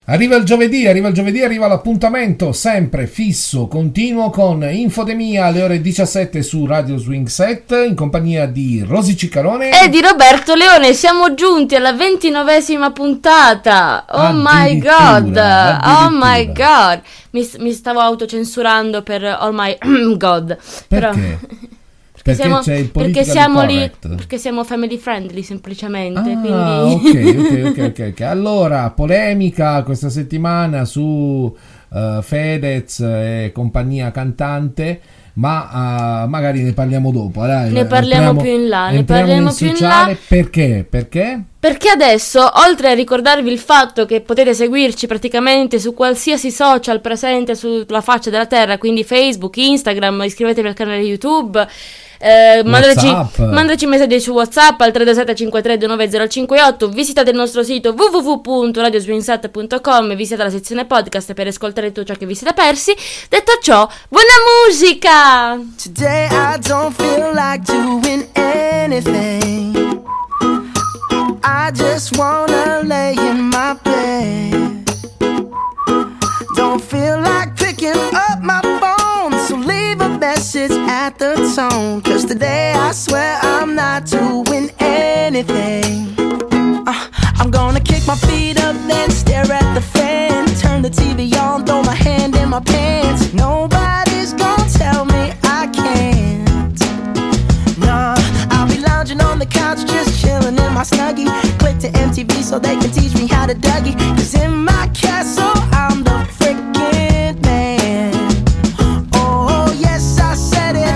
Arriva il giovedì, arriva l'appuntamento sempre fisso, continuo con Infodemia alle ore 17 su Radio Swing Set in compagnia di Rosy Ciccarone e di Roberto Leone. Siamo giunti alla 29esima puntata. Oh my god, oh my god. Mi stavo autocensurando per oh my god. Perché? Però... Perché siamo family friendly semplicemente. Ok. Allora, polemica questa settimana su Fedez e compagnia cantante, ma magari ne parliamo dopo. Dai, ne parliamo più in là. Perché? Perché adesso, oltre a ricordarvi il fatto che potete seguirci praticamente su qualsiasi social presente sulla faccia della terra, quindi Facebook, Instagram, iscrivetevi al canale YouTube, mandaci messaggi su WhatsApp al 327-5329-058, visitate il nostro sito www.radioswingsat.com, visitate la sezione podcast per ascoltare tutto ciò che vi siete persi. Detto ciò, buona musica! Today I don't feel like doing anything. I just wanna lay in my bed. Don't feel like picking up my phone, so leave a message at the tone. 'Cause today I swear I'm not doing anything. I'm gonna kick my feet up, then stare at the fan. Turn the TV on, throw my hand in my pants. Nobody's gonna tell me I can't. Nah, I'll be lounging on the couch, just chilling in my Snuggie. Click to MTV so they can teach me how to Dougie. 'Cause in my castle I'm the freaking man. Oh yes, I said it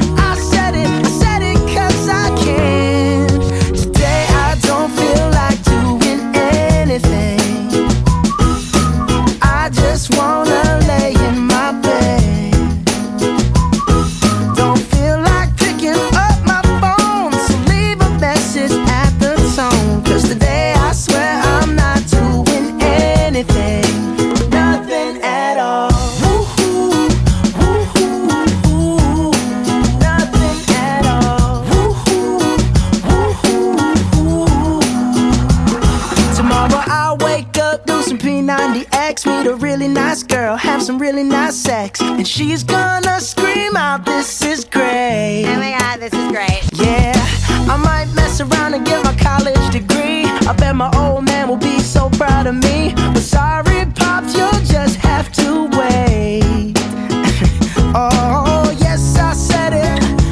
'cause I can. Today I don't feel like doing anything. I just wanna lay in my bed. Don't feel like picking up my phone, so leave a message at the tone. 'Cause today I swear I'm not doing anything. Nothing at all. Woo-hoo, woo-hoo, woo-hoo. Nothing at all. Woo-hoo, woo-hoo, woo-hoo. Tomorrow I'll wake up, do some P90X, meet a really nice girl, have some really nice sex, and she's gonna scream out, "This is great." Oh my god, this is great. Yeah, I might mess around and get my college degree. I bet my old man will be so proud of me. But sorry, Pops, you'll just have to wait. Oh, yes, I said it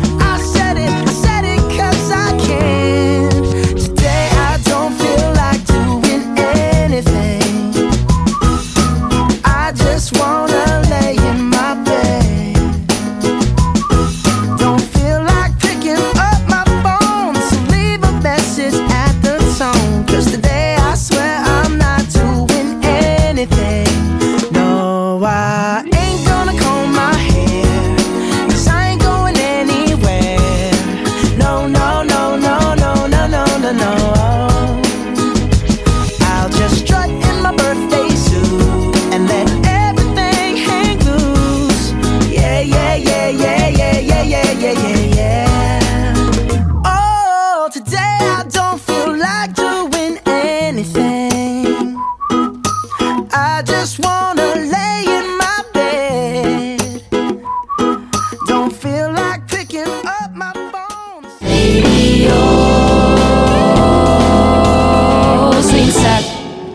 'cause I can. Today I don't feel like doing anything. I just wanna lay in my bed. Don't feel like picking up my phone, so leave a message at the tone. 'Cause today I swear I'm not doing anything. No, I ain't gonna comb my hair, 'cause I ain't going anywhere. No, no, no, no, no, no, no, no, no. I'll just strut in my birthday suit and let everything hang loose. Yeah, yeah, yeah, yeah, yeah, yeah, yeah, yeah, yeah, yeah. Oh, today I don't feel like doing anything. I just wanna lay in my bed. Don't feel like picking up my phone. Swing set.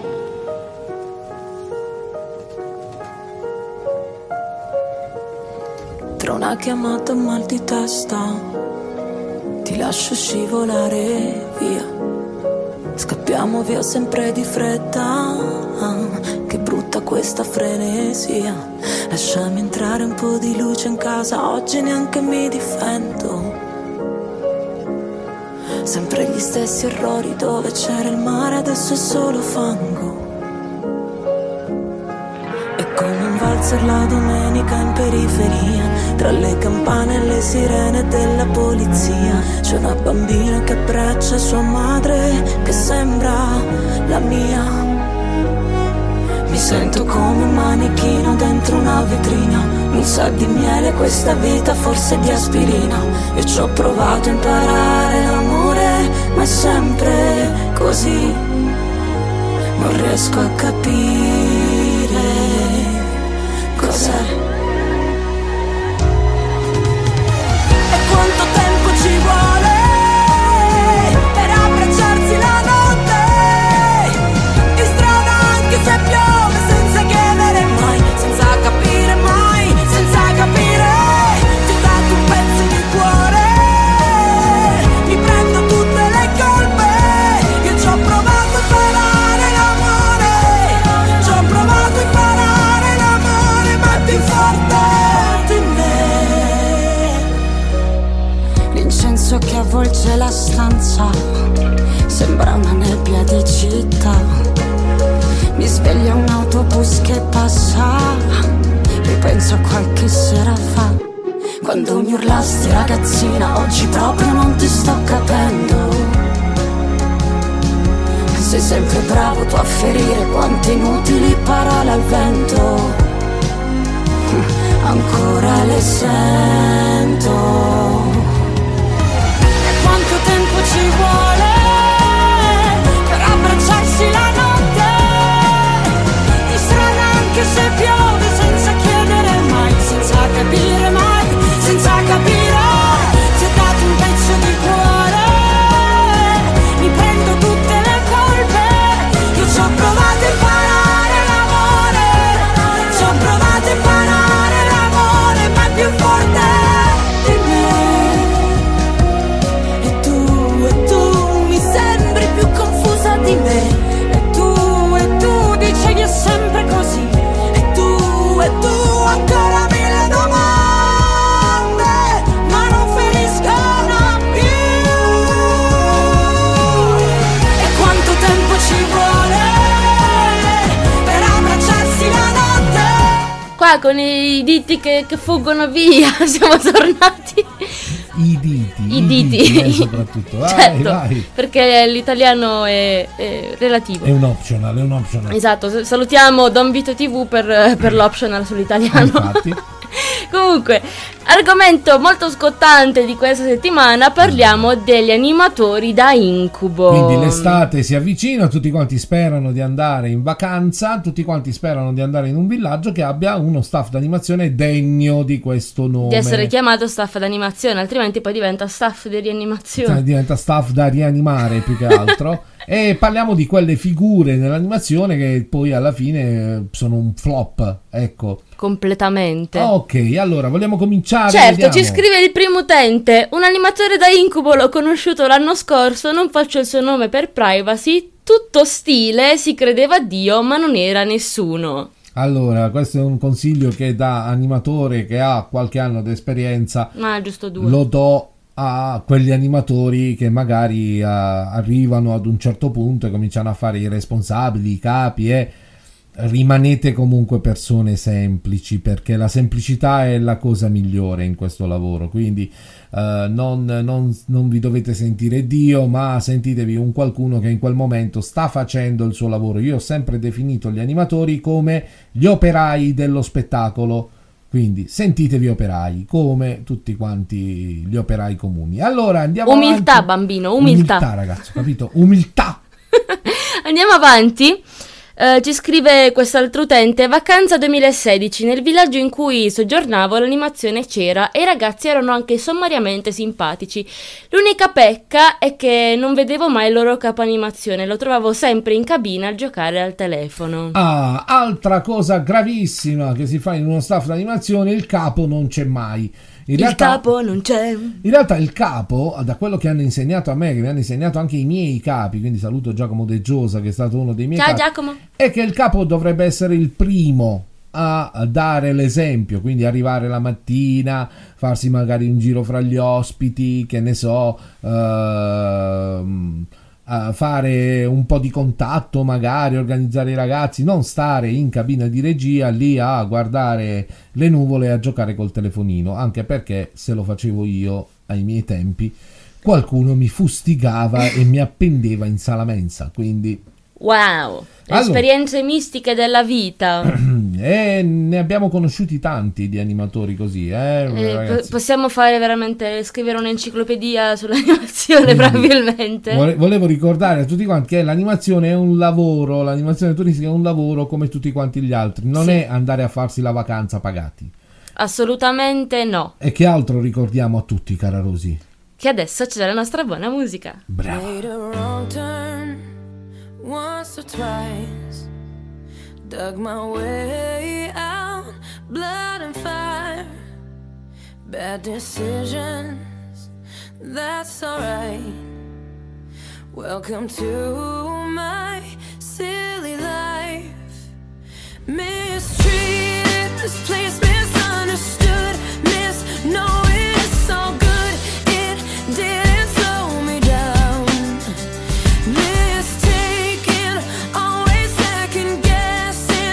Tra una chiamata e un mal di testa ti lascio scivolare via. Scappiamo via sempre di fretta, che brutta questa frenesia. Lasciami entrare un po' di luce in casa, oggi neanche mi difendo. Sempre gli stessi errori, dove c'era il mare adesso è solo fango. È come un valzer la domenica in periferia, tra le campane e le sirene della polizia. C'è una bambina che abbraccia sua madre, che sembra la mia. Mi sento come un manichino dentro una vetrina. Non sa di miele questa vita, forse di aspirina. E ci ho provato a imparare l'amore, ma è sempre così. Non riesco a capire un autobus che passa, ripenso a qualche sera fa, quando mi urlasti ragazzina, oggi proprio non ti sto capendo. Sei sempre bravo tu a ferire quante inutili parole al vento, ancora le sento. E quanto tempo ci vuole per abbracciarsi la notte, di strada anche se piove, senza chiedere mai, senza capire mai, senza capire. Ti ho dato un pezzo di cuore, mi prendo tutte le colpe. Io ci ho provato a imparare l'amore, ci ho provato a imparare l'amore, ma è più forte di me. E tu mi sembri più confusa di me. E tu dici che è sempre così. E tu ancora mille domande, ma non finiscono più. E quanto tempo ci vuole per abbracciarsi la notte? Qua con i diti che fuggono via siamo tornati. I diti soprattutto. Vai, Certo, vai. perché l'italiano è relativo. È un optional. Esatto, salutiamo Don Vito TV per l'optional sull'italiano. Infatti. Comunque, argomento molto scottante di questa settimana, parliamo degli animatori da incubo. Quindi l'estate si avvicina, tutti quanti sperano di andare in vacanza, tutti quanti sperano di andare in un villaggio che abbia uno staff d'animazione degno di questo nome. Di essere chiamato staff d'animazione, altrimenti poi diventa staff di rianimazione. Diventa staff da rianimare più che altro. E parliamo di quelle figure nell'animazione che poi alla fine sono un flop, ecco. Completamente. Ok, allora vogliamo cominciare? Certo, Vediamo. ci scrive il primo utente: un animatore da incubo l'ho conosciuto l'anno scorso, non faccio il suo nome per privacy, tutto stile, si credeva Dio ma non era nessuno. Allora, questo è un consiglio che da animatore che ha qualche anno di esperienza Ma giusto due. lo do a quegli animatori che magari arrivano ad un certo punto e cominciano a fare i responsabili, i capi, e rimanete comunque persone semplici, perché la semplicità è la cosa migliore in questo lavoro. Quindi non vi dovete sentire Dio, ma sentitevi un qualcuno che in quel momento sta facendo il suo lavoro. Io ho sempre definito gli animatori come gli operai dello spettacolo, quindi sentitevi operai come tutti quanti gli operai comuni. Allora andiamo Umiltà, avanti. bambino, umiltà. Ragazzo, capito? Umiltà. Andiamo avanti. Ci scrive quest'altro utente: vacanza 2016, nel villaggio in cui soggiornavo l'animazione c'era e i ragazzi erano anche sommariamente simpatici. L'unica pecca è che non vedevo mai il loro capo animazione, lo trovavo sempre in cabina a giocare al telefono. Ah, altra cosa gravissima che si fa in uno staff d'animazione: il capo non c'è mai. Il capo non c'è. In realtà il capo, da quello che hanno insegnato a me, che mi hanno insegnato anche i miei capi, quindi saluto Giacomo De Giosa che è stato uno dei miei Ciao capi, Giacomo. è che il capo dovrebbe essere il primo a dare l'esempio, quindi arrivare la mattina, farsi magari un giro fra gli ospiti, che ne so, a fare un po' di contatto, magari organizzare i ragazzi, non stare in cabina di regia lì a guardare le nuvole e a giocare col telefonino, anche perché se lo facevo io ai miei tempi qualcuno mi fustigava e mi appendeva in sala mensa, quindi Wow, esperienze mistiche della vita. E ne abbiamo conosciuti tanti di animatori così, ragazzi. Possiamo fare veramente, scrivere un'enciclopedia sull'animazione. Probabilmente. Volevo ricordare a tutti quanti che l'animazione è un lavoro, l'animazione turistica è un lavoro come tutti quanti gli altri, non Sì. è andare a farsi la vacanza pagati. Assolutamente no. E che altro ricordiamo a tutti, cara Rosy? Che adesso c'è la nostra buona musica. Brava. Made a wrong turn once or twice, dug my way out, blood and fire, bad decisions, that's alright. Welcome to my silly life. Mistreated, misplaced, misunderstood, misknown it's all good, it didn't slow me down. Mistaken, always second guessing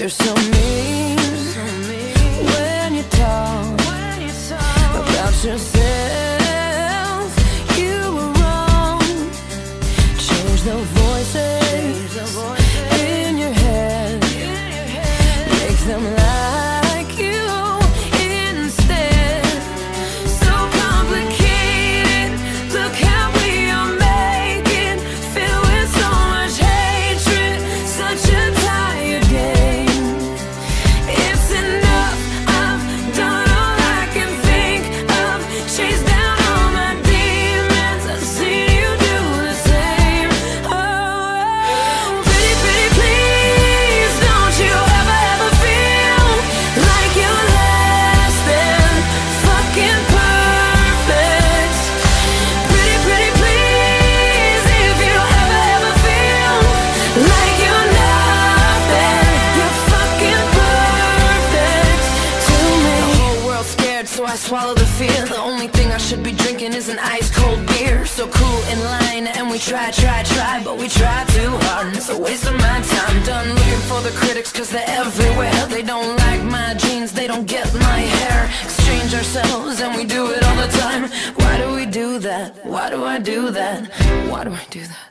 You're so mean when you talk about yourself. You were wrong. Change the voices in your head. Make them like you instead. So complicated. Look how we are making. Filled with so much hatred. Such a tired game. It's enough. I've done all I can think of. Chase down all my demons. I've seen you do the same. Oh, pretty, pretty, please. Don't you ever feel like you're less than fucking perfect. Pretty, pretty, please. If you ever feel like you're nothing, you're fucking perfect to me. The whole world's scared, so I swallow the fear. The only thing I should be drinking is an ice cold beer. So cool in line, and we try, but we try too hard. It's a waste of my time. Done looking for the critics, cause they're everywhere. They don't like my jeans, they don't get my hair. Exchange ourselves, and we do it all the time. Why do we do that? Why do I do that? Why do I do that?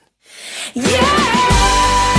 Yeah!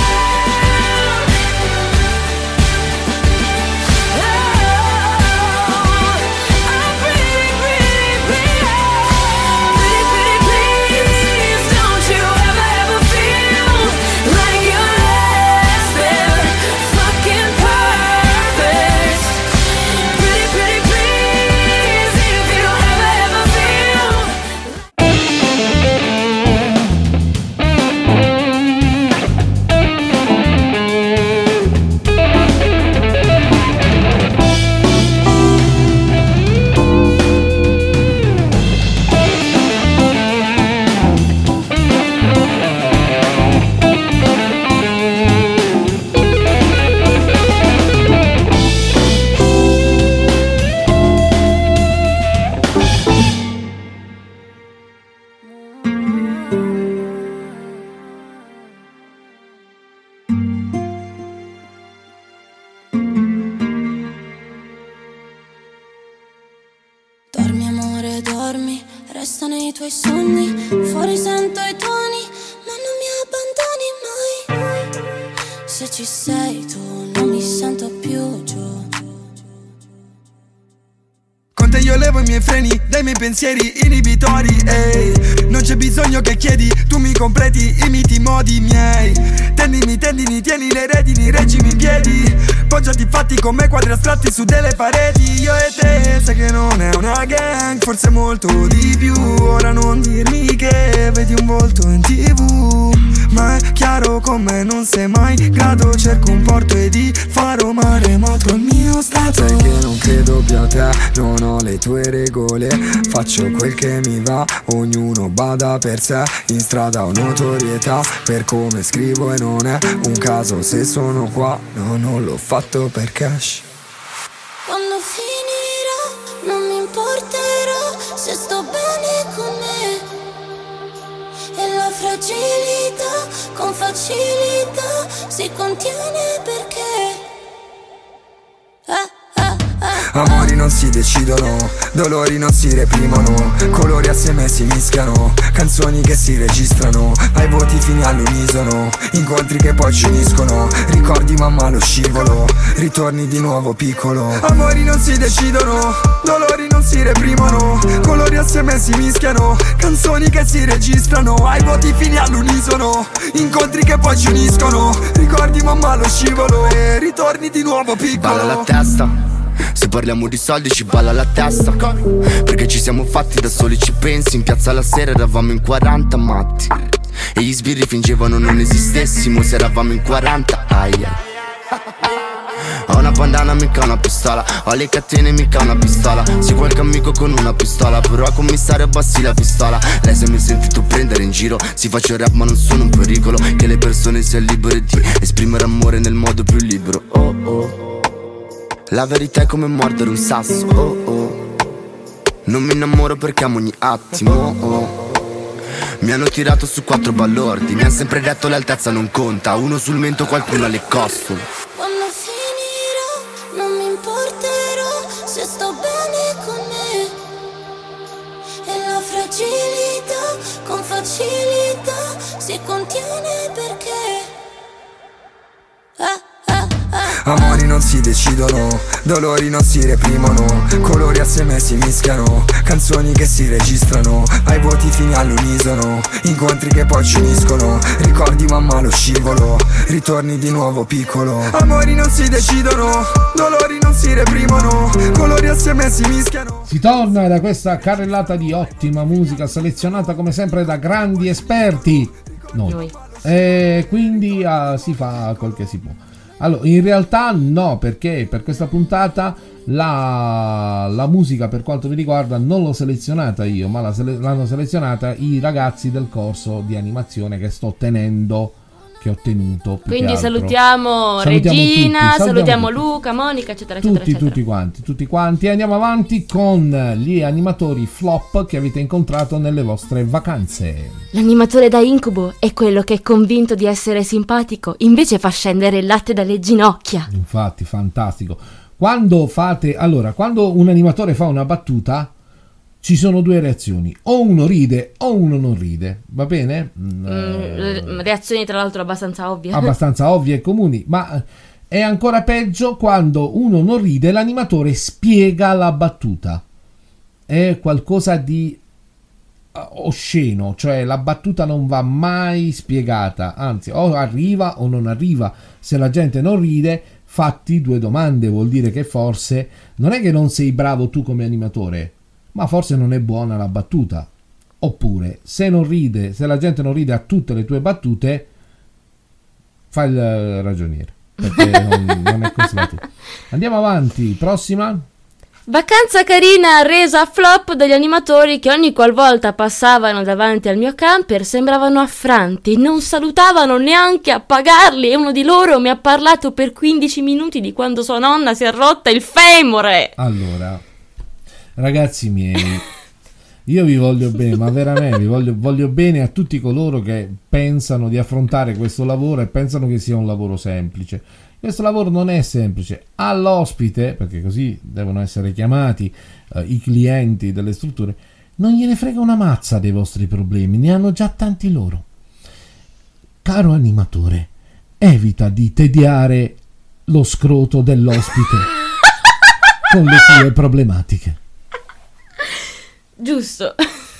Dormi amore, dormi, resta nei tuoi sogni. Fuori sento i tuoni, ma non mi abbandoni mai. Se ci sei tu non mi sento più giù. Con te io levo i miei freni dai miei pensieri inibitori, ehi. Non c'è bisogno che chiedi, tu mi completi, imiti i modi miei. Tendimi, tieni le redini, reggimi in piedi. Poggiati fatti come quadri astratti su delle pareti. Io e te, sai che non è una gang, forse molto di più. Ora non dirmi che vedi un volto in TV, ma è chiaro come non sei mai grado. Cerco un porto ed il faro maremoto il mio stato. Sai che non credo più a te, non ho le tue regole. Faccio quel che mi va, ognuno bada per sé. In strada ho notorietà per come scrivo e non è un caso se sono qua. No, non l'ho fatto per cash. Quando finirà non mi importerà se sto bene con me. E la fragilità con facilità si contiene perché Amori non si decidono, dolori non si reprimono, colori assieme si mischiano, canzoni che si registrano, ai voti fini all'unisono, incontri che poi ci uniscono, ricordi mamma lo scivolo, ritorni di nuovo piccolo. Amori non si decidono, dolori non si reprimono, colori assieme si mischiano, canzoni che si registrano, ai voti fini all'unisono, incontri che poi ci uniscono, ricordi mamma lo scivolo e ritorni di nuovo piccolo. Balla la testa, se parliamo di soldi ci balla la testa, perché ci siamo fatti da soli, ci pensi. In piazza la sera eravamo in 40 matti e gli sbirri fingevano non esistessimo se eravamo in 40, aia. Ho una bandana mica una pistola, ho le catene mica una pistola. Sei qualche amico con una pistola, però a commissario abbassi la pistola. Lei se mi ha sentito prendere in giro, si faccio rap ma non sono un pericolo, che le persone siano libere di esprimere amore nel modo più libero. Oh oh, la verità è come mordere un sasso, oh oh. Non mi innamoro perché amo ogni attimo, oh. Mi hanno tirato su 4 balordi, mi hanno sempre detto l'altezza non conta, uno sul mento qualcuno alle costole. Quando finirò, non mi importerò se sto bene con me. E la fragilità con facilità si contiene perché Amori non si decidono, dolori non si reprimono, colori assieme si mischiano, canzoni che si registrano, ai voti fini all'unisono, incontri che poi ci uniscono, ricordi mamma lo scivolo, ritorni di nuovo piccolo. Amori non si decidono, dolori non si reprimono, colori assieme si mischiano. Si torna da questa carrellata di ottima musica selezionata come sempre da grandi esperti. Noi. E quindi si fa quel che si può. Allora, in realtà no, perché per questa puntata la musica, per quanto mi riguarda, non l'ho selezionata io, ma l'hanno selezionata i ragazzi del corso di animazione che sto tenendo, che ho tenuto. Quindi salutiamo Regina, salutiamo Luca, Monica, eccetera, eccetera. Tutti quanti. E andiamo avanti con gli animatori flop che avete incontrato nelle vostre vacanze. L'animatore da incubo è quello che è convinto di essere simpatico, invece fa scendere il latte dalle ginocchia. Infatti, fantastico. Quando un animatore fa una battuta, ci sono due reazioni: o uno ride o uno non ride, va bene? Reazioni tra l'altro abbastanza ovvie E comuni, ma è ancora peggio quando uno non ride e l'animatore spiega la battuta. È qualcosa di osceno, cioè la battuta non va mai spiegata, anzi o arriva o non arriva. Se la gente non ride, fatti due domande, vuol dire che forse non è che non sei bravo tu come animatore, ma forse non è buona la battuta. Oppure se la gente non ride a tutte le tue battute, fai il ragioniere, perché non è così battuta. Andiamo avanti, prossima. Vacanza carina resa flop dagli animatori che ogni qualvolta passavano davanti al mio camper sembravano affranti, non salutavano neanche a pagarli, e uno di loro mi ha parlato per 15 minuti di quando sua nonna si è rotta il femore. Allora, ragazzi miei, io vi voglio bene, ma veramente voglio bene a tutti coloro che pensano di affrontare questo lavoro e pensano che sia un lavoro semplice. Questo lavoro non è semplice. All'ospite, perché così devono essere chiamati i clienti delle strutture, non gliene frega una mazza dei vostri problemi, ne hanno già tanti loro. Caro animatore, evita di tediare lo scroto dell'ospite con le tue problematiche. Giusto.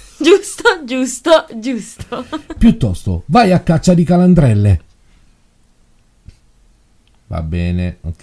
Piuttosto vai a caccia di calandrelle. Va bene, ok.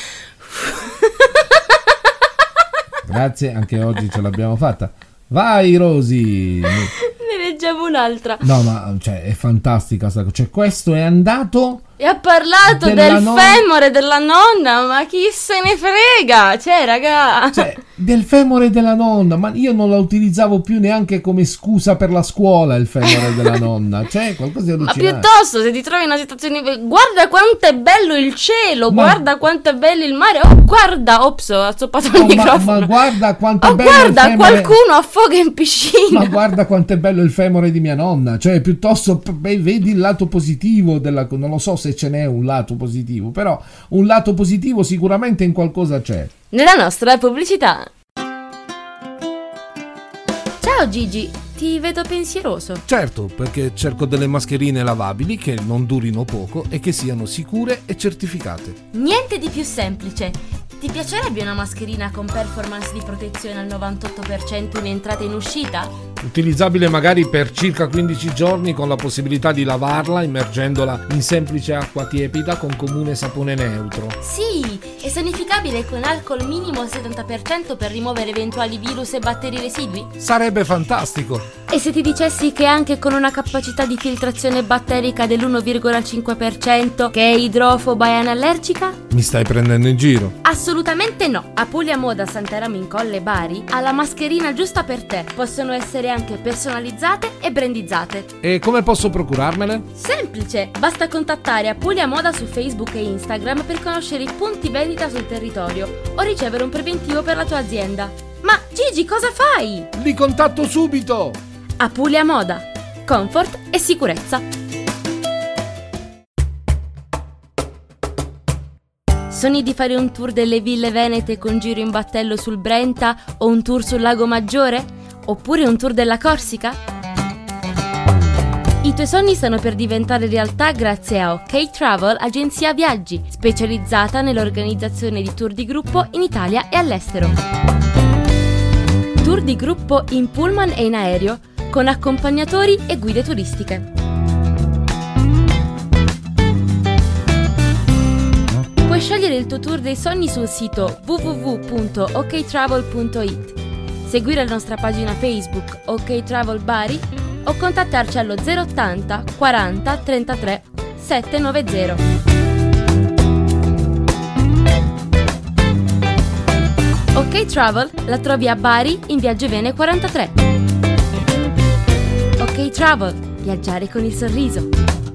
Grazie, anche oggi ce l'abbiamo fatta. Vai Rosy. Ne leggiamo un'altra. No, ma cioè è fantastica sta cosa. Cioè questo è andato e ha parlato del femore della nonna, ma chi se ne frega? Raga. Del femore della nonna, ma io non la utilizzavo più neanche come scusa per la scuola, il femore della nonna. Qualcosa di allucinante. Ma piuttosto, se ti trovi in una situazione, guarda quanto è bello il cielo, guarda quanto è bello il mare. Ho zoppato il microfono. Ma guarda quanto è bello guarda, il femore. Qualcuno affoga in piscina. Ma guarda quanto è bello il femore di mia nonna. Piuttosto vedi il lato positivo non lo so se ce n'è un lato positivo, però un lato positivo sicuramente in qualcosa c'è. Nella nostra pubblicità. Ciao Gigi, ti vedo pensieroso. Certo, perché cerco delle mascherine lavabili che non durino poco e che siano sicure e certificate. Niente di più semplice. Ti piacerebbe una mascherina con performance di protezione al 98% in entrata e in uscita? Utilizzabile magari per circa 15 giorni con la possibilità di lavarla immergendola in semplice acqua tiepida con comune sapone neutro. Sì, e sanificabile con alcol minimo al 70% per rimuovere eventuali virus e batteri residui? Sarebbe fantastico! E se ti dicessi che anche con una capacità di filtrazione batterica dell'1,5% che è idrofoba e anallergica? Mi stai prendendo in giro? Assolutamente no! Apulia Moda Santaramo in Colle Bari ha la mascherina giusta per te. Possono essere anche personalizzate e brandizzate. E come posso procurarmele? Semplice! Basta contattare Apulia Moda su Facebook e Instagram per conoscere i punti vendita sul territorio o ricevere un preventivo per la tua azienda. Ma Gigi, cosa fai? Li contatto subito! Apulia Moda, comfort e sicurezza. Sogni di fare un tour delle ville venete con giro in battello sul Brenta o un tour sul Lago Maggiore? Oppure un tour della Corsica? I tuoi sogni stanno per diventare realtà grazie a OK Travel, agenzia viaggi, specializzata nell'organizzazione di tour di gruppo in Italia e all'estero. Tour di gruppo in pullman e in aereo, con accompagnatori e guide turistiche. Puoi scegliere il tuo tour dei sogni sul sito www.oktravel.it, seguire la nostra pagina Facebook OK Travel Bari o contattarci allo 080 40 33 790. OK Travel la trovi a Bari in via Giovene 43. OK Travel, viaggiare con il sorriso.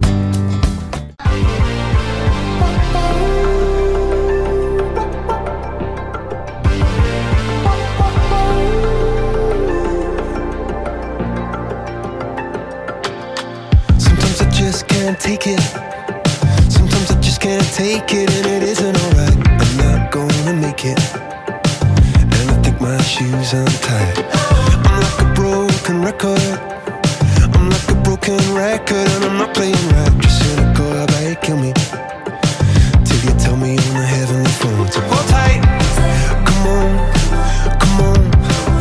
Take it. Sometimes I just can't take it, and it isn't alright. I'm not gonna make it, and I think my shoes untied. I'm like a broken record. I'm like a broken record, and I'm not playing right. Just cynical, how about you kill me till you tell me on the heavenly phone to hold tight. Come on, come on.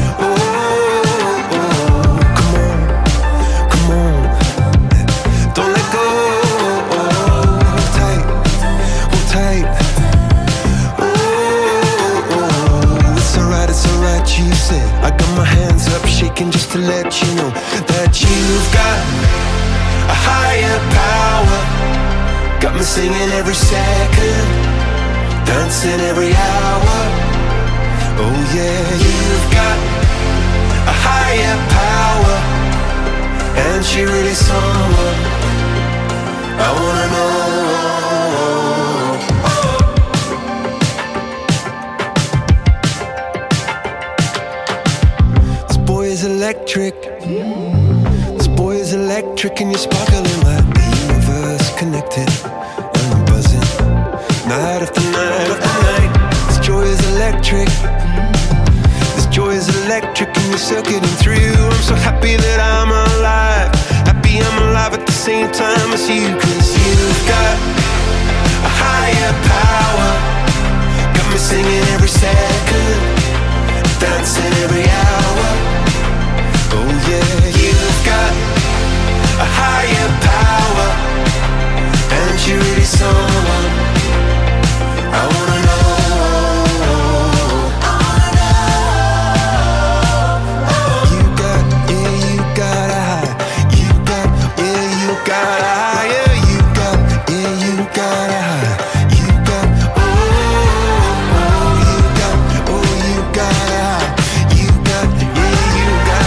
I got my hands up shaking just to let you know that you've got a higher power. Got me singing every second, dancing every hour. Oh yeah, you've got a higher power, and she really someone I wanna know. Electric. This boy is electric, and you're sparkling like the universe connected. And I'm buzzing night after night after night. This joy is electric. This joy is electric, and you're circuiting through. I'm so happy that I'm alive. Happy I'm alive at the same time as you. 'Cause you've got a higher power. Got me singing every second, dancing every hour. Oh yeah, you've got a higher power, and you're really someone I wanna know. You got, yeah, you got a high. You got, yeah, you got a higher. You got, yeah, you got a high. You got, oh, you got, oh, you got a high. You got, yeah, you got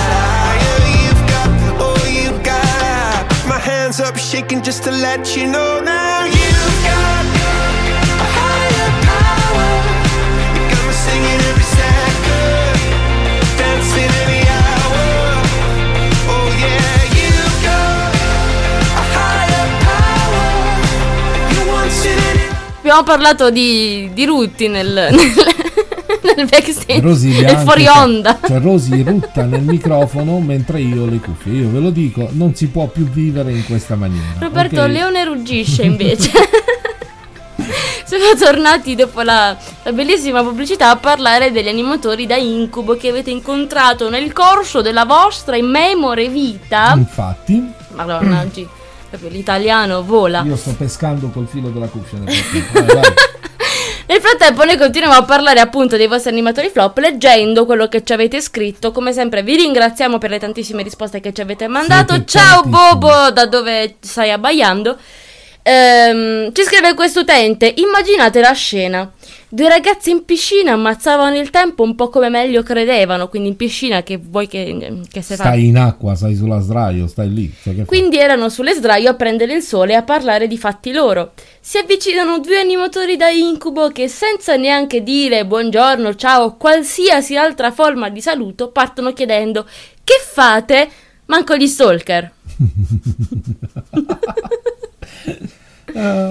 up shaking just to let you know now you've got a higher power. You got me singing every second, dancing every hour. Oh yeah, you've got a higher power. You want it. Abbiamo parlato di Rutti nel backstage, Rosy nel fuori onda. Cioè Rosy rutta nel microfono mentre io ho le cuffie. Io ve lo dico, non si può più vivere in questa maniera. Roberto, okay? Leone ruggisce invece. Siamo tornati dopo la bellissima pubblicità a parlare degli animatori da incubo che avete incontrato nel corso della vostra immemore vita. Infatti. Madonna, oggi proprio l'italiano vola. Io sto pescando col filo della cuffia nel frattempo. Vai. Nel frattempo noi continuiamo a parlare appunto dei vostri animatori flop leggendo quello che ci avete scritto. Come sempre vi ringraziamo per le tantissime risposte che ci avete mandato. Siete Ciao tantissimi. Bobo, da dove stai abbaiando? Ci scrive quest'utente: immaginate la scena, 2 ragazzi in piscina ammazzavano il tempo un po' come meglio credevano. Quindi in piscina, che vuoi che se fa? Stai in acqua, stai sulla sdraio, stai lì, cioè che Quindi erano sulle sdraio a prendere il sole e a parlare di fatti loro. Si avvicinano 2 animatori da incubo che senza neanche dire buongiorno, ciao o qualsiasi altra forma di saluto partono chiedendo: che fate? Manco gli stalker.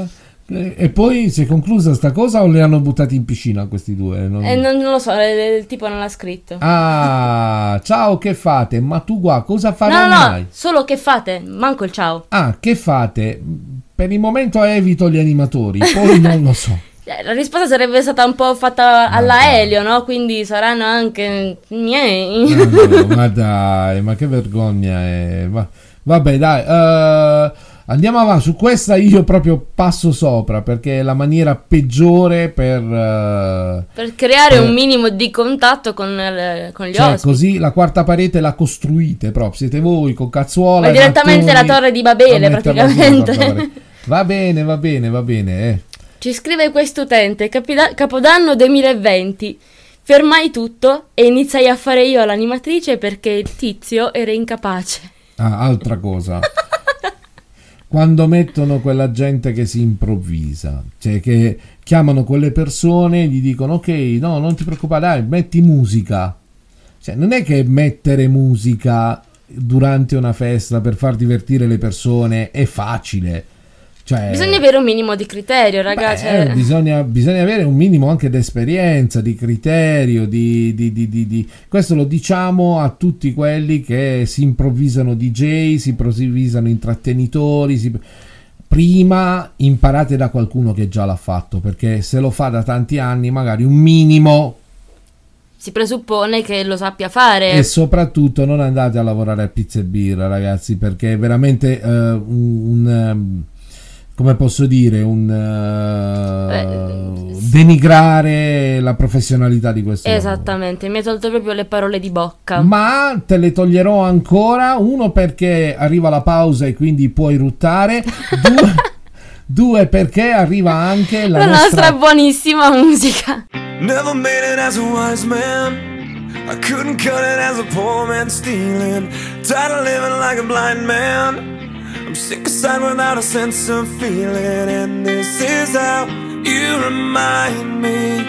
E poi si è conclusa sta cosa o le hanno buttati in piscina questi due? Non lo so, il tipo non l'ha scritto. Ah, ciao, che fate? Ma tu qua cosa farai No, mai? solo che fate, manco il ciao. Ah, che fate? Per il momento evito gli animatori, poi non lo so. La risposta sarebbe stata un po' fatta alla Elio, no? Quindi saranno anche miei. No, ma dai, ma che vergogna è. Vabbè, dai, andiamo avanti. Su questa io proprio passo sopra, perché è la maniera peggiore per creare un minimo di contatto con gli cioè, ospiti. così la quarta parete la costruite proprio, siete voi con cazzuola. Ma direttamente la torre di Babele, a metterla praticamente. sulla quarta parete. Va bene. Ci scrive quest'utente: Capodanno 2020. Fermai tutto e iniziai a fare io l'animatrice perché il tizio era incapace. Ah, altra cosa. Quando mettono quella gente che si improvvisa, cioè che chiamano quelle persone e gli dicono ok, no, non ti preoccupare, dai, metti musica. Cioè, non è che mettere musica durante una festa per far divertire le persone è facile. Cioè, bisogna avere un minimo di criterio, ragazzi. Bisogna avere un minimo anche di esperienza, di criterio, di questo lo diciamo a tutti quelli che si improvvisano DJ, si improvvisano intrattenitori. Prima imparate da qualcuno che già l'ha fatto, perché se lo fa da tanti anni magari un minimo si presuppone che lo sappia fare. E soprattutto non andate a lavorare a pizza e birra, ragazzi, perché è veramente come posso dire, denigrare la professionalità di questo esattamente, mi hai tolto proprio le parole di bocca. Ma te le toglierò ancora. Uno, perché arriva la pausa e quindi puoi ruttare. Due, perché arriva anche la nostra buonissima musica. Never made it as a wise man, I couldn't cut it as a poor man stealing. Tired of living like a blind man, I'm sick aside without a sense of feeling. And this is how you remind me.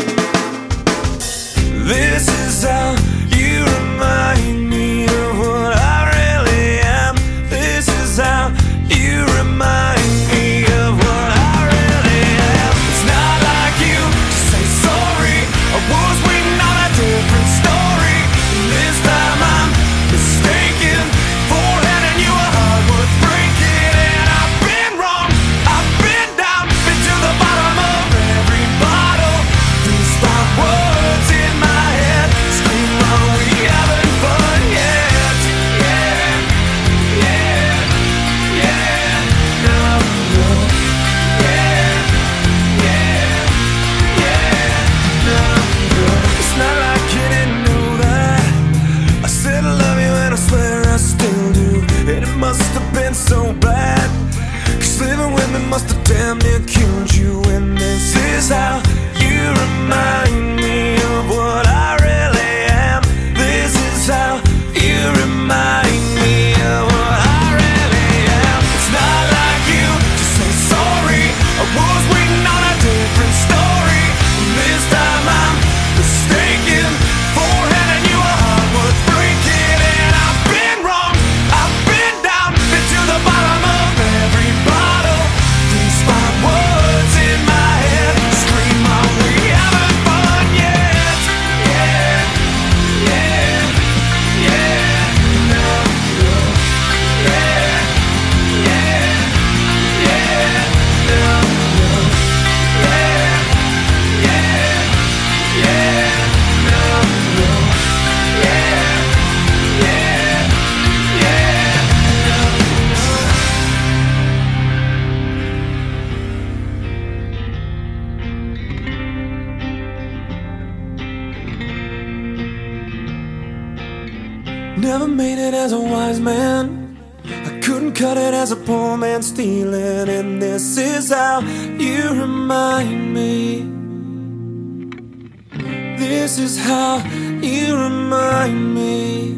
This is how you remind me of what I really am. This is how you remind me of what I really am. It's not like you to say sorry, I was waiting on a different story. And this time I'm mistaken for handing you a heart worth breaking. And I've been wrong, I've been down, been to the bottom of every bottle. These 5 words in my head scream, are we having fun yet? Yeah, yeah, yeah, no, no. Yeah, yeah, yeah, no, no. It's not like you didn't know that I said I love you and I swear I still do. And it must have been so bad, 'cause living with me must have damn near killed you. And this is how you remind me of what I really am. This is how you remind me of what I really am. It's not like you to say sorry, I was waiting on a different story. And this time I'm mistaken for handing you a heart worth breaking. And I've been wrong, I've been down, been to the bottom of every bottle. These 5 words in my head scream, are we having fun yet? Yeah, yeah, yeah, no, no. Yeah, yeah, yeah, no, no. Yeah, yeah, yeah, no, no. Yeah, yeah, yeah, no, no. Never made it as a wise man, I couldn't cut it as a poor man stealing. And this is how you remind me. This is how you remind me.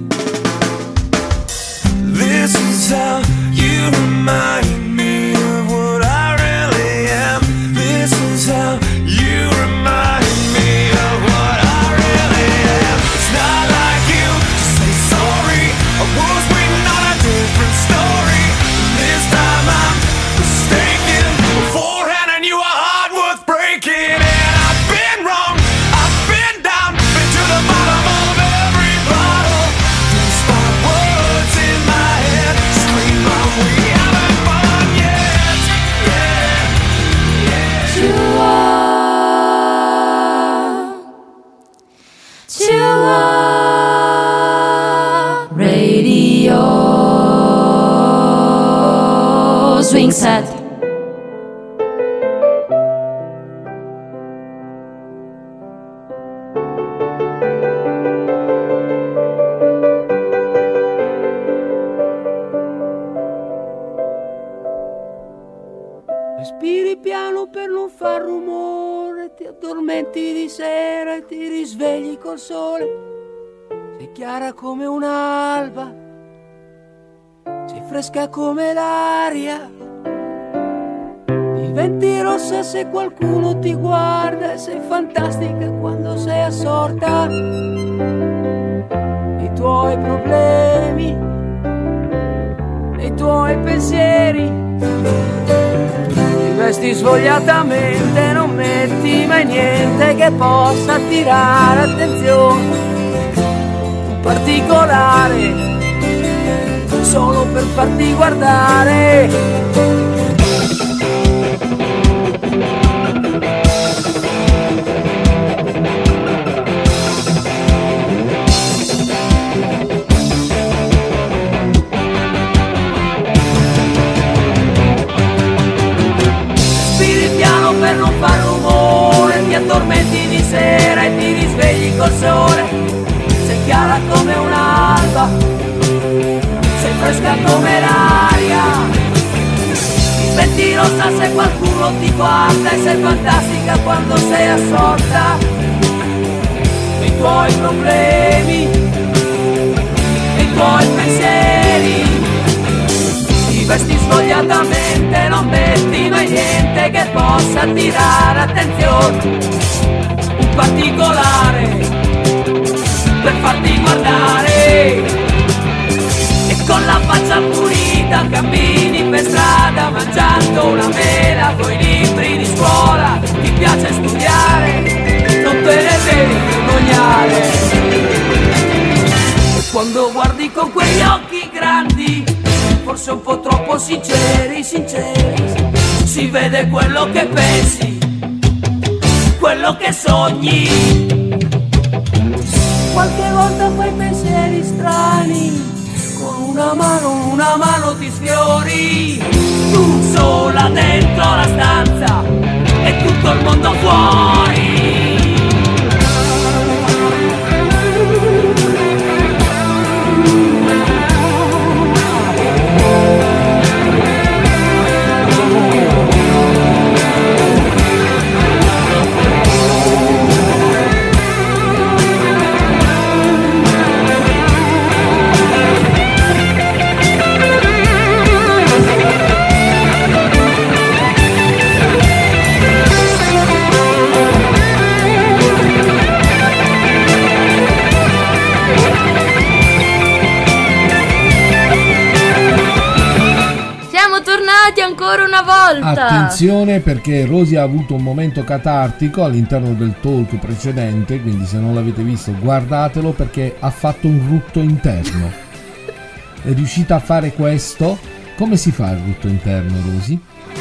This is how you remind me of what I really am. This is how you remind me of what I really am. It's not like you to say sorry, I was waiting on a different story. And this time I'm mistaken for handing addormenti di sera e ti risvegli col sole. Sei chiara come un'alba, sei fresca come l'aria. Diventi rossa se qualcuno ti guarda e sei fantastica quando sei assorta. I tuoi problemi, i tuoi pensieri. Ti vesti svogliatamente, non metti mai niente che possa attirare attenzione. Un particolare, solo per farti guardare. Per non far rumore, ti addormenti di sera e ti risvegli col sole. Sei chiara come un'alba, sei fresca come l'aria. Diventi rossa se qualcuno ti guarda e sei fantastica quando sei assorta. I tuoi problemi, i tuoi pensieri. Ti vesti svogliatamente, non metti mai niente che possa attirare attenzione. Un particolare per farti guardare. E con la faccia pulita cammini per strada mangiando una mela coi libri di scuola. Ti piace studiare, non te ne devi vergognare. E quando guardi con quegli occhi grandi, forse un po' troppo sinceri, si vede quello che pensi, quello che sogni. Qualche volta fai pensieri strani, con una mano ti sfiori. Tu sola dentro la stanza e tutto il mondo fuori. Ancora una volta. Attenzione, perché Rosy ha avuto un momento catartico all'interno del talk precedente, quindi se non l'avete visto guardatelo, perché ha fatto un rutto interno. È riuscita a fare questo. Come si fa il rutto interno, Rosy?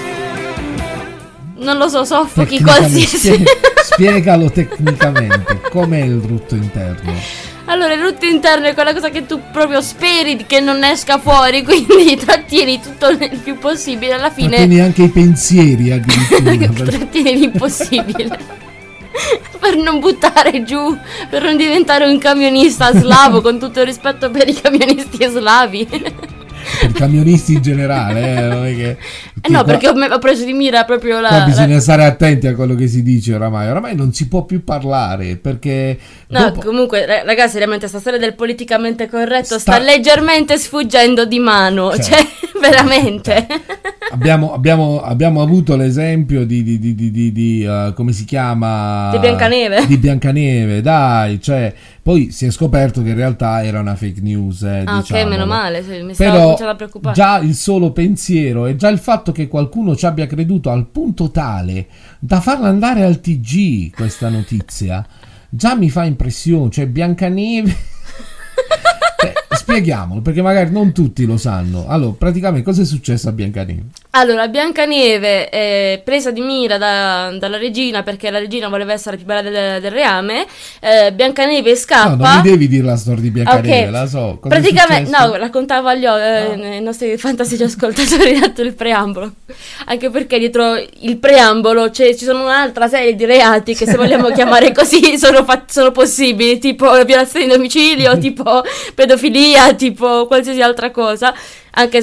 Non lo so, soffochi qualsiasi. Spiegalo tecnicamente, com'è il rutto interno? Allora, il rutto interno è quella cosa che tu proprio speri che non esca fuori, quindi trattieni tutto il più possibile, alla fine trattieni anche i pensieri addirittura. Trattieni l'impossibile per non buttare giù, per non diventare un camionista slavo, con tutto il rispetto per i camionisti slavi. Per camionisti in generale, non è che no, perché ho preso di mira proprio bisogna stare attenti a quello che si dice oramai non si può più parlare, perché comunque ragazzi, seriamente sta storia del politicamente corretto sta leggermente sfuggendo di mano, cioè veramente. Abbiamo avuto l'esempio di come si chiama, di Biancaneve, dai, cioè poi si è scoperto che in realtà era una fake news, ok, meno male, mi stavo però cominciando a preoccupare. Già il solo pensiero e già il fatto che qualcuno ci abbia creduto al punto tale da farla andare al TG questa notizia già mi fa impressione, cioè Biancaneve. Spieghiamolo, perché magari non tutti lo sanno. Allora, praticamente cosa è successo a Biancaneve? Allora, Biancaneve è presa di mira dalla regina, perché la regina voleva essere più bella del reame. Biancaneve scappa. No, non mi devi dire la storia di Biancaneve, okay. La so. Cosa praticamente, no, raccontavo ai nostri fantastici ascoltatori dato il preambolo. Anche perché dietro il preambolo ci sono un'altra serie di reati che, se vogliamo chiamare così, sono possibili, tipo violazione di domicilio, tipo pedofilia, tipo qualsiasi altra cosa. Anche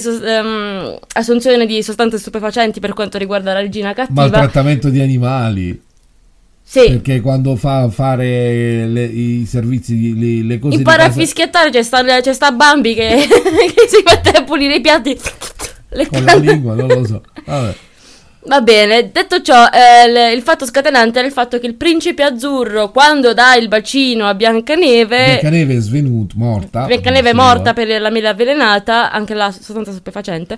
assunzione di sostanze stupefacenti per quanto riguarda la regina cattiva. Maltrattamento di animali. Sì. Perché quando fa fare i servizi, le cose Impara di a casa fischiettare, c'è sta Bambi che, che si mette a pulire i piatti con la lingua, non lo so. Vabbè. Va bene, detto ciò, il fatto scatenante era il fatto che il principe azzurro, quando dà il bacino a Biancaneve Biancaneve è svenuta, morta. Biancaneve è morta per la mela avvelenata, anche la sostanza stupefacente.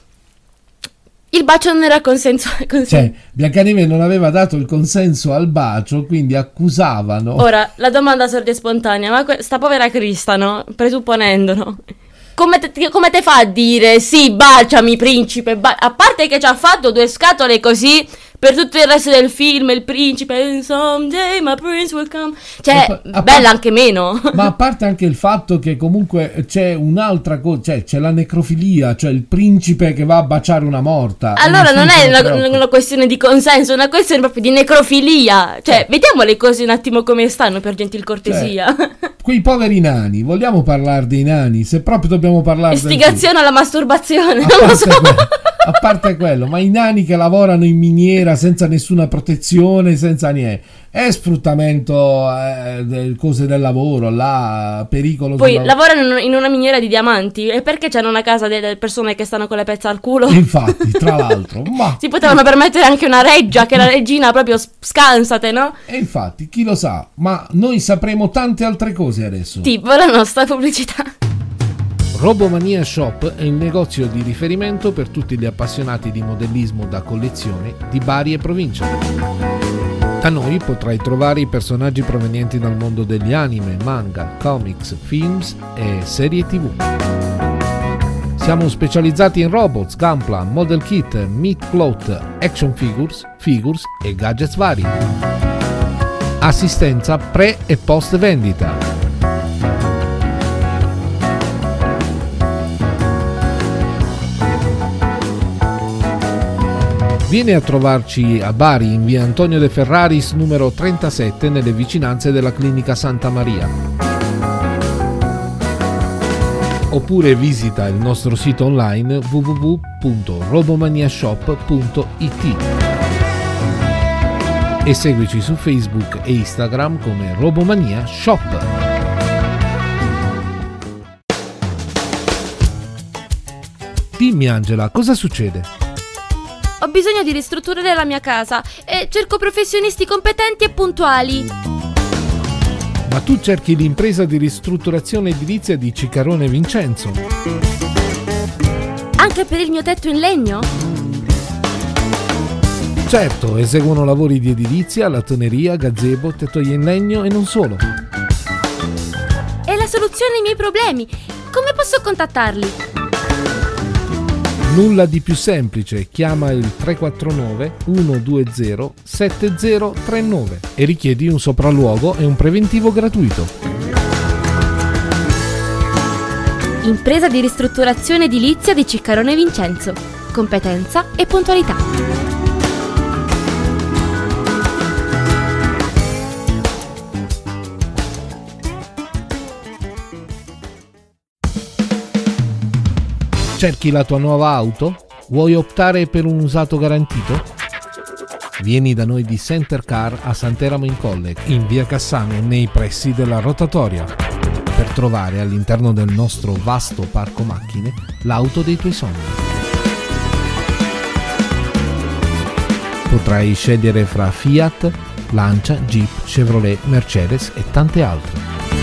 Il bacio non era Cioè, Biancaneve non aveva dato il consenso al bacio, quindi accusavano. Ora, la domanda sorge spontanea, ma sta povera Crista, no? Presupponendo, no? Come te fa a dire sì, baciami principe, a parte che ci ha fatto 2 scatole così per tutto il resto del film, il principe, someday my prince will come, cioè bella anche meno. Ma a parte anche il fatto che comunque c'è un'altra cosa, cioè c'è la necrofilia, cioè il principe che va a baciare una morta. Allora non è una questione di consenso, è una questione proprio di necrofilia, cioè vediamo le cose un attimo come stanno, per gentil cortesia. Quei poveri nani, vogliamo parlare dei nani? Se proprio dobbiamo parlare istigazione alla masturbazione, non lo so. A parte quello, ma i nani che lavorano in miniera senza nessuna protezione, senza niente, è sfruttamento delle cose del lavoro, là, pericolo. Poi lavorano in una miniera di diamanti, e perché c'hanno una casa delle persone che stanno con le pezze al culo? Infatti, tra l'altro, ma si potevano permettere anche una reggia, che la regina proprio scansate, no? E infatti, chi lo sa, ma noi sapremo tante altre cose adesso. Tipo la nostra pubblicità. Robomania Shop è il negozio di riferimento per tutti gli appassionati di modellismo da collezione di Bari e provincia. Da noi potrai trovare i personaggi provenienti dal mondo degli anime, manga, comics, films e serie TV. Siamo specializzati in robots, gunpla, model kit, meat float, action figures e gadgets vari. Assistenza pre e post vendita. Vieni a trovarci a Bari in via Antonio De Ferraris numero 37 nelle vicinanze della clinica Santa Maria. Oppure visita il nostro sito online www.robomaniashop.it e seguici su Facebook e Instagram come Robomania Shop. Dimmi Angela, cosa succede? Ho bisogno di ristrutturare la mia casa e cerco professionisti competenti e puntuali. Ma tu cerchi l'impresa di ristrutturazione edilizia di Ciccarone Vincenzo. Anche per il mio tetto in legno? Certo, eseguono lavori di edilizia, lattoneria, gazebo, tettoie in legno e non solo. È la soluzione ai miei problemi. Come posso contattarli? Nulla di più semplice, chiama il 349 120 7039 e richiedi un sopralluogo e un preventivo gratuito. Impresa di ristrutturazione edilizia di Ciccarone Vincenzo. Competenza e puntualità. Cerchi la tua nuova auto? Vuoi optare per un usato garantito? Vieni da noi di Center Car a Sant'Eramo in Colle, in via Cassano, nei pressi della rotatoria, per trovare all'interno del nostro vasto parco macchine l'auto dei tuoi sogni. Potrai scegliere fra Fiat, Lancia, Jeep, Chevrolet, Mercedes e tante altre.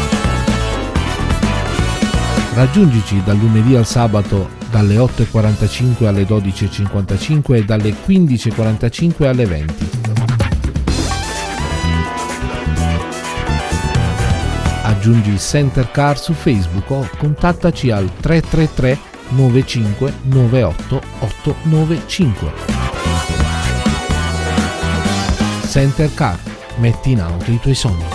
Raggiungici dal lunedì al sabato dalle 8.45 alle 12.55 e dalle 15.45 alle 20. Aggiungi Center Car su Facebook o contattaci al 333 95 98 895. Center Car, metti in auto i tuoi sogni.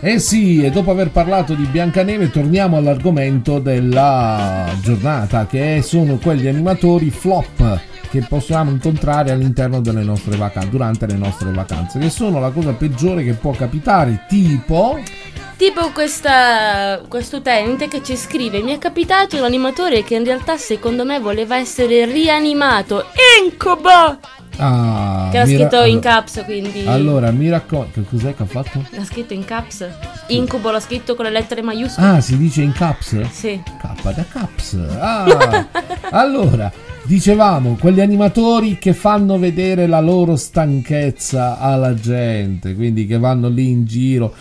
Eh sì, e dopo aver parlato di Biancaneve torniamo all'argomento della giornata, che sono quegli animatori flop che possiamo incontrare all'interno delle nostre vacanze, durante le nostre vacanze, che sono la cosa peggiore che può capitare, tipo quest'utente che ci scrive: mi è capitato un animatore che in realtà secondo me voleva essere rianimato. Incubo! Che l'ha scritto in caps, quindi. Allora, mi racconta. Che cos'è che ha fatto? L'ha scritto in caps. Incubo l'ha scritto con le lettere maiuscole. Ah, si dice in caps? Sì. K da caps. Ah, allora, dicevamo, quegli animatori che fanno vedere la loro stanchezza alla gente, quindi che vanno lì in giro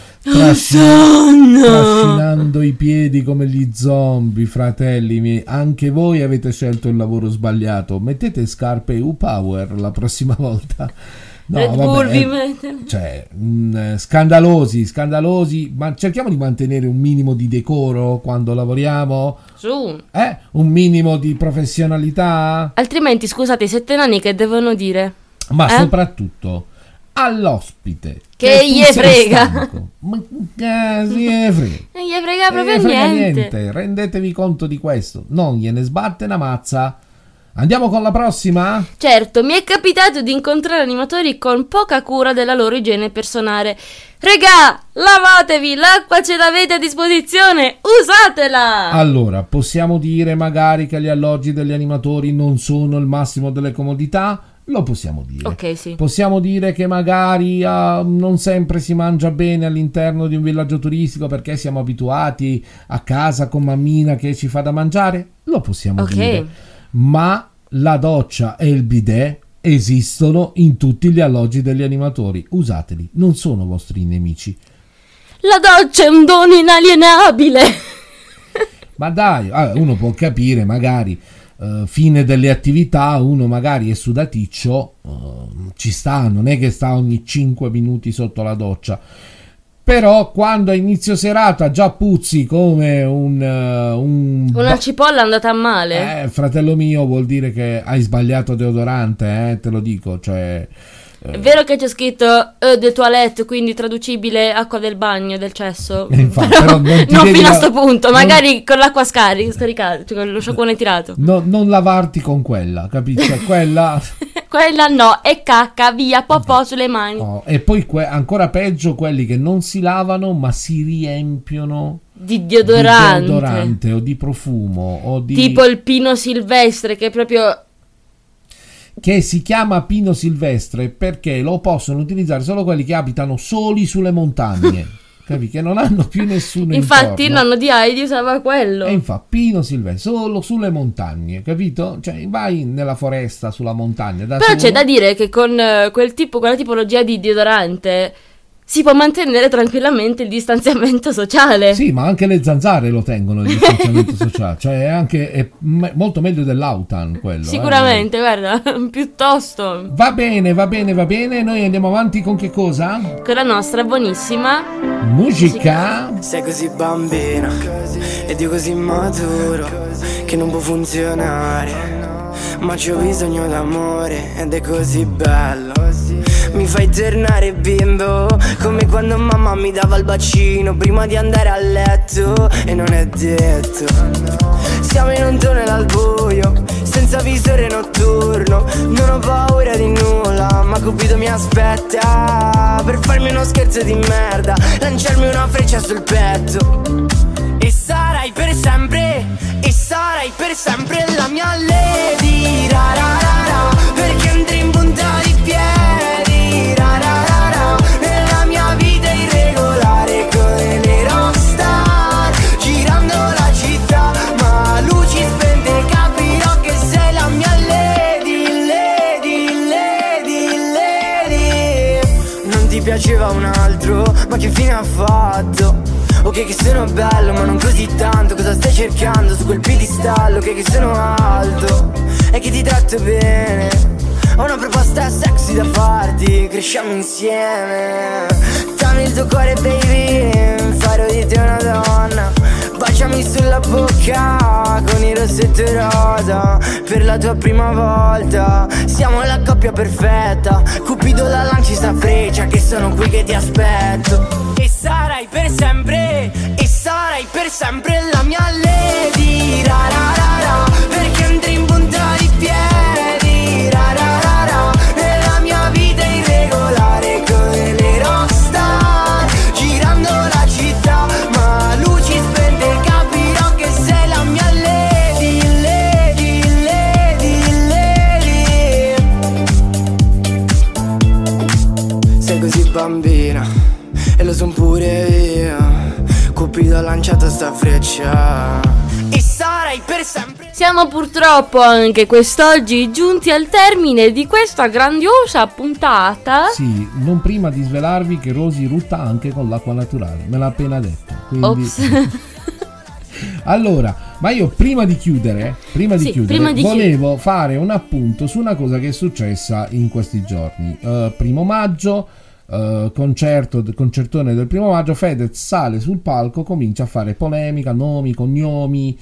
trascinando i piedi come gli zombie. Fratelli miei, anche voi avete scelto il lavoro sbagliato. Mettete scarpe U-Power la prossima volta. No, Red Bull, cioè, scandalosi, ma cerchiamo di mantenere un minimo di decoro quando lavoriamo. Su. Un minimo di professionalità. Altrimenti, scusate, i 7 nani che devono dire? Ma soprattutto all'ospite che gli frega. Non gli frega proprio niente. Rendetevi conto di questo, non gliene sbatte una mazza. Andiamo con la prossima? Certo, mi è capitato di incontrare animatori con poca cura della loro igiene personale. Regà, lavatevi, l'acqua ce l'avete a disposizione, usatela! Allora, possiamo dire magari che gli alloggi degli animatori non sono il massimo delle comodità? Lo possiamo dire. Ok, sì. Possiamo dire che magari non sempre si mangia bene all'interno di un villaggio turistico perché siamo abituati a casa con mammina che ci fa da mangiare? Lo possiamo dire. Ma la doccia e il bidet esistono in tutti gli alloggi degli animatori. Usateli, non sono vostri nemici. La doccia è un dono inalienabile. Ma dai, uno può capire magari fine delle attività, uno magari è sudaticcio, ci sta, non è che sta ogni 5 minuti sotto la doccia. Però quando a inizio serata già puzzi come una cipolla andata male, fratello mio, vuol dire che hai sbagliato deodorante, te lo dico, cioè. È vero che c'è scritto de toilette, quindi traducibile acqua del bagno, del cesso. Infatti, però non fino a sto punto, magari con l'acqua scaricata, cioè con lo sciacquone tirato. Non lavarti con quella, capisci? Quella no, è cacca, via, popò sulle mani. E poi ancora peggio quelli che non si lavano ma si riempiono di deodorante o di profumo o di... tipo il pino silvestre, che è proprio... che si chiama pino silvestre perché lo possono utilizzare solo quelli che abitano soli sulle montagne, capi? Che non hanno più nessuno infatti intorno. il nonno di Heidi usava quello. E infatti pino silvestre solo sulle montagne, capito? Cioè vai nella foresta sulla montagna da però solo. c'è da dire che con quella tipologia di deodorante si può mantenere tranquillamente il distanziamento sociale. Sì, ma anche le zanzare lo tengono il distanziamento sociale, cioè è molto meglio dell'Autan quello. Sicuramente, guarda, piuttosto. Va bene, noi andiamo avanti con che cosa? Con la nostra buonissima musica. Sei così bambina ed io così maturo che non può funzionare, ma c'ho bisogno d'amore ed è così bello. Mi fai tornare bimbo, come quando mamma mi dava il bacino prima di andare a letto. E non è detto. Siamo in un tunnel al buio, senza visore notturno. Non ho paura di nulla, ma Cupido mi aspetta per farmi uno scherzo di merda, lanciarmi una freccia sul petto. E sarai per sempre la mia lady, ra ra ra ra, perché andrei in punta di piedi, ra ra ra ra, nella mia vita irregolare come le rockstar, girando la città, ma luci spente capirò che sei la mia lady, lady, lady, lady. Non ti piaceva un altro, ma che fine ha fatto? Ok che sono bello ma non così tanto, cosa stai cercando su quel piedistallo? Ok che sono alto e che ti tratto bene, Ho una proposta sexy da farti, cresciamo insieme. Dammi il tuo cuore baby, farò di te una donna. Baciami sulla bocca con il rossetto rosa. Per la tua prima volta siamo la coppia perfetta. Cupido la lanci sta freccia che sono qui che ti aspetto. E sarai per sempre, e sarai per sempre la mia lady. Ra ra ra ra, perché entri in punta di piedi. Ra ra ra ra, nella mia vita irregolare come le rockstar, girando la città, ma luci spente capirò che sei la mia lady, lady, lady, lady. Sei così bambina e lo son pure io. Cupido ha lanciato sta freccia e sarai per sempre. Siamo purtroppo anche quest'oggi giunti al termine di questa grandiosa puntata. Sì, non prima di svelarvi che Rosy rutta anche con l'acqua naturale, me l'ha appena detto. Quindi... Ops. Allora, ma io prima di chiudere volevo fare un appunto su una cosa che è successa in questi giorni. 1 maggio, concertone del 1 maggio, Fedez sale sul palco, comincia a fare polemica, nomi, cognomi,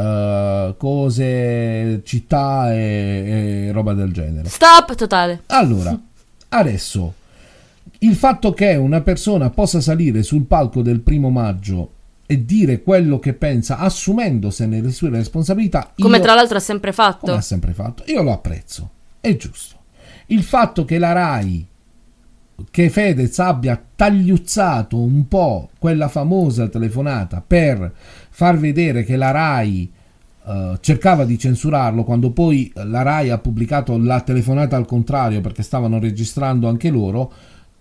cose, città e roba del genere. Stop totale. Allora, adesso il fatto che una persona possa salire sul palco del 1 maggio e dire quello che pensa assumendosene le sue responsabilità, come tra l'altro ha sempre fatto, io lo apprezzo, è giusto. Il fatto che la Rai, che Fedez abbia tagliuzzato un po' quella famosa telefonata per far vedere che la Rai cercava di censurarlo, quando poi la Rai ha pubblicato la telefonata al contrario perché stavano registrando anche loro,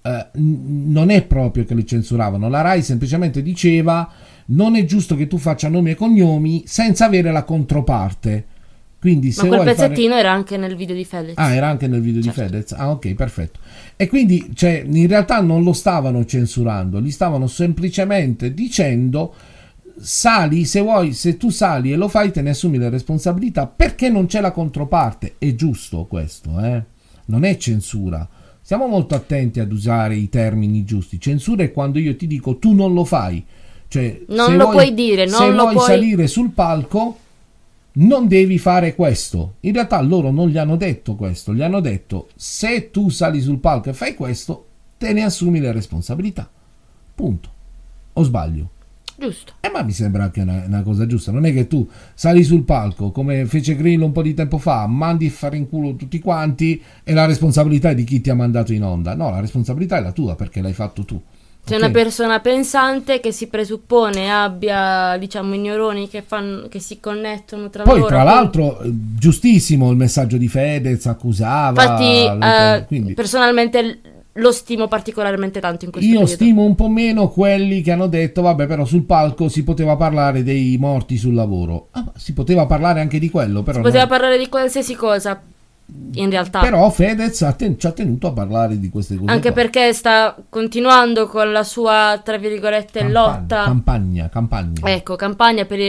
non è proprio che li censuravano. La Rai semplicemente diceva: non è giusto che tu faccia nomi e cognomi senza avere la controparte. Quindi, ma quel pezzettino era anche nel video di Fedez. Ah, era anche nel video di Fedez. Ah, ok, perfetto. E quindi, cioè, in realtà non lo stavano censurando, gli stavano semplicemente dicendo: sali, se vuoi, se tu sali e lo fai, te ne assumi le responsabilità, perché non c'è la controparte. È giusto questo, non è censura. Stiamo molto attenti ad usare i termini giusti. Censura è quando io ti dico tu non lo fai, cioè non lo puoi dire, se vuoi salire sul palco non devi fare questo. In realtà loro non gli hanno detto questo, gli hanno detto: se tu sali sul palco e fai questo, te ne assumi le responsabilità. Punto. O sbaglio? Giusto. Ma mi sembra anche una cosa giusta. Non è che tu sali sul palco, come fece Grillo un po' di tempo fa, mandi a fare in culo tutti quanti e la responsabilità è di chi ti ha mandato in onda. No, la responsabilità è la tua perché l'hai fatto tu. C'è una persona pensante che si presuppone abbia, diciamo, i neuroni che si connettono tra loro. Poi tra l'altro giustissimo il messaggio di Fedez, accusava. Infatti quindi personalmente lo stimo particolarmente tanto in questo periodo. Io stimo un po' meno quelli che hanno detto: vabbè, però sul palco si poteva parlare dei morti sul lavoro. Si poteva parlare anche di quello, però si poteva parlare di qualsiasi cosa in realtà. Però Fedez ci ha tenuto a parlare di queste cose anche qua, perché sta continuando con la sua, tra virgolette, campagna per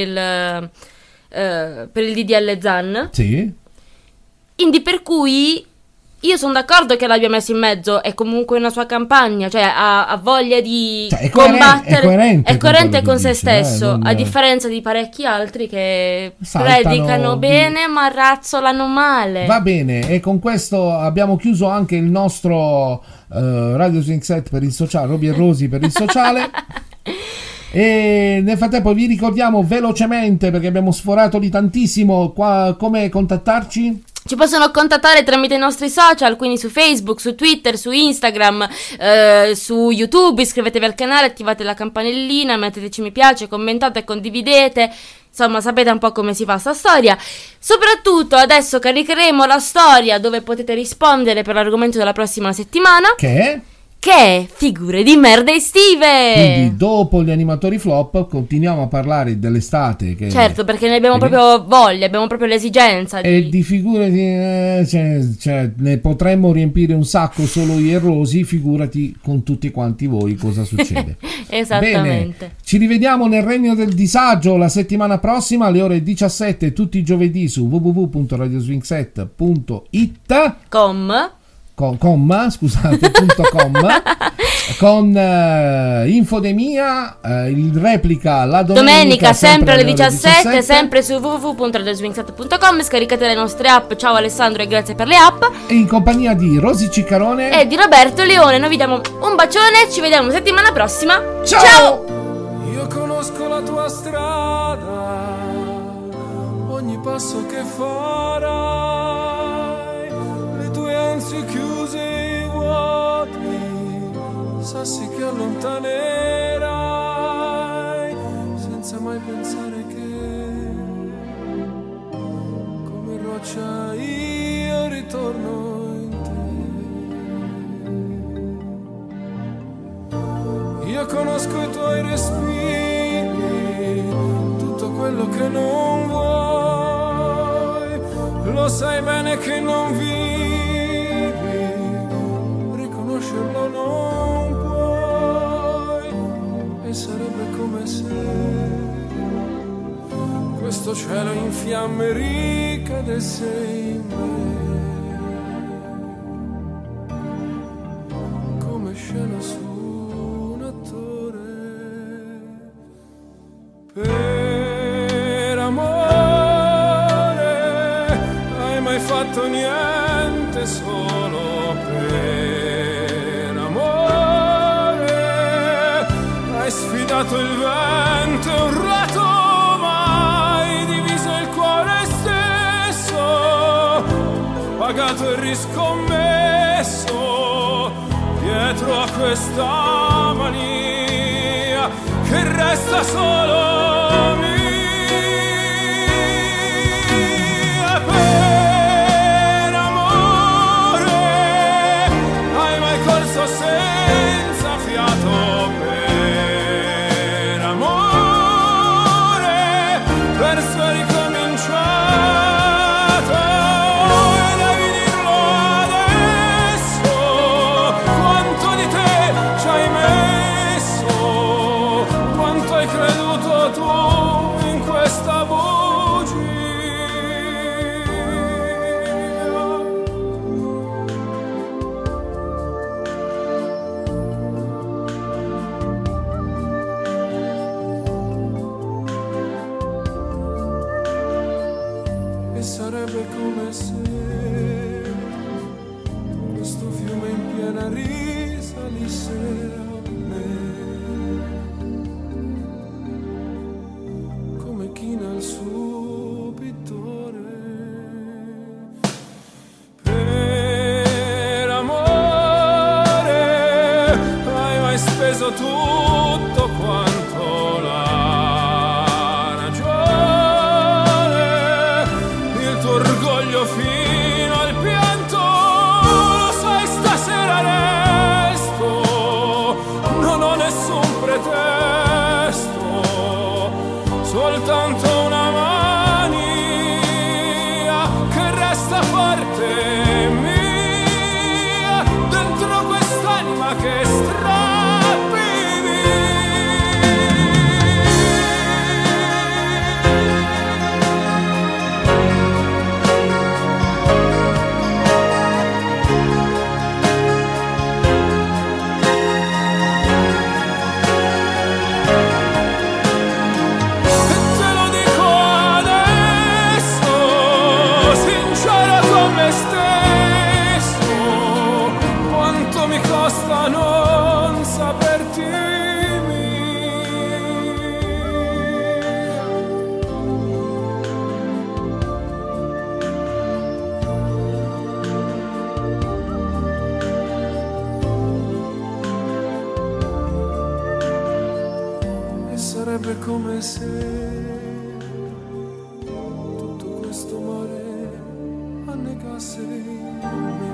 il DDL Zan. Sì. Quindi per cui io sono d'accordo che l'abbia messo in mezzo, è comunque una sua campagna, cioè ha voglia di combattere, è coerente con se stesso, a differenza di parecchi altri che predicano bene ma razzolano male. Va bene, e con questo abbiamo chiuso anche il nostro Radio Swing Set per il sociale, Roby e Rosy per il sociale. E nel frattempo vi ricordiamo velocemente, perché abbiamo sforato di tantissimo, come contattarci. Ci possono contattare tramite i nostri social, quindi su Facebook, su Twitter, su Instagram, su YouTube. Iscrivetevi al canale, attivate la campanellina, metteteci mi piace, commentate e condividete. Insomma, sapete un po' come si fa sta storia. Soprattutto adesso caricheremo la storia dove potete rispondere per l'argomento della prossima settimana, che è che è Figure di merda estive. Quindi dopo gli animatori flop continuiamo a parlare dell'estate che Certo, perché ne abbiamo proprio voglia, abbiamo proprio l'esigenza e di figure ne potremmo riempire un sacco solo io e Rosy, figurati con tutti quanti voi cosa succede. Esattamente. Bene, ci rivediamo nel Regno del Disagio la settimana prossima alle ore 17 tutti i giovedì su www.radioswingset.it .com con Infodemia, il replica la domenica sempre alle 17, sempre su www.radioswingset.com. Scaricate le nostre app. Ciao Alessandro e grazie per le app. E in compagnia di Rosy Ciccarone e di Roberto Leone noi vi diamo un bacione, ci vediamo settimana prossima. Ciao! Io conosco la tua strada, ogni passo che farai, le tue ansie chiuse e vuoti, sassi che allontanerai, senza mai pensare che, come roccia io ritorno in te. Io conosco i tuoi respiri, tutto quello che non vuoi, lo sai bene che non vivi, riconoscerlo non puoi, e sarebbe come se questo cielo in fiamme ricadesse in me, come scena su un attore. Per amore hai mai fatto niente solo per amore? Hai sfidato il vento e urlato, mai diviso il cuore stesso, pagato e riscommesso dietro a questa mania che resta solo mia. Per amore hai mai corso senza fiato? Per amore perso e ricominciato, e devi dirlo adesso, quanto di te ci hai messo, quanto hai creduto tu in questa bugia. E sarebbe come se questo fiume in piena risalisse a me, come china il suo pittore. Per amore hai mai speso tutto quanto la ragione, il tuo orgoglio fino al pianto, lo sai stasera resto, non ho nessun pretesto, soltanto una mania che resta forte mia, dentro quest'anima che strappi non saperti e sarebbe come se tutto questo mare annegasse in me.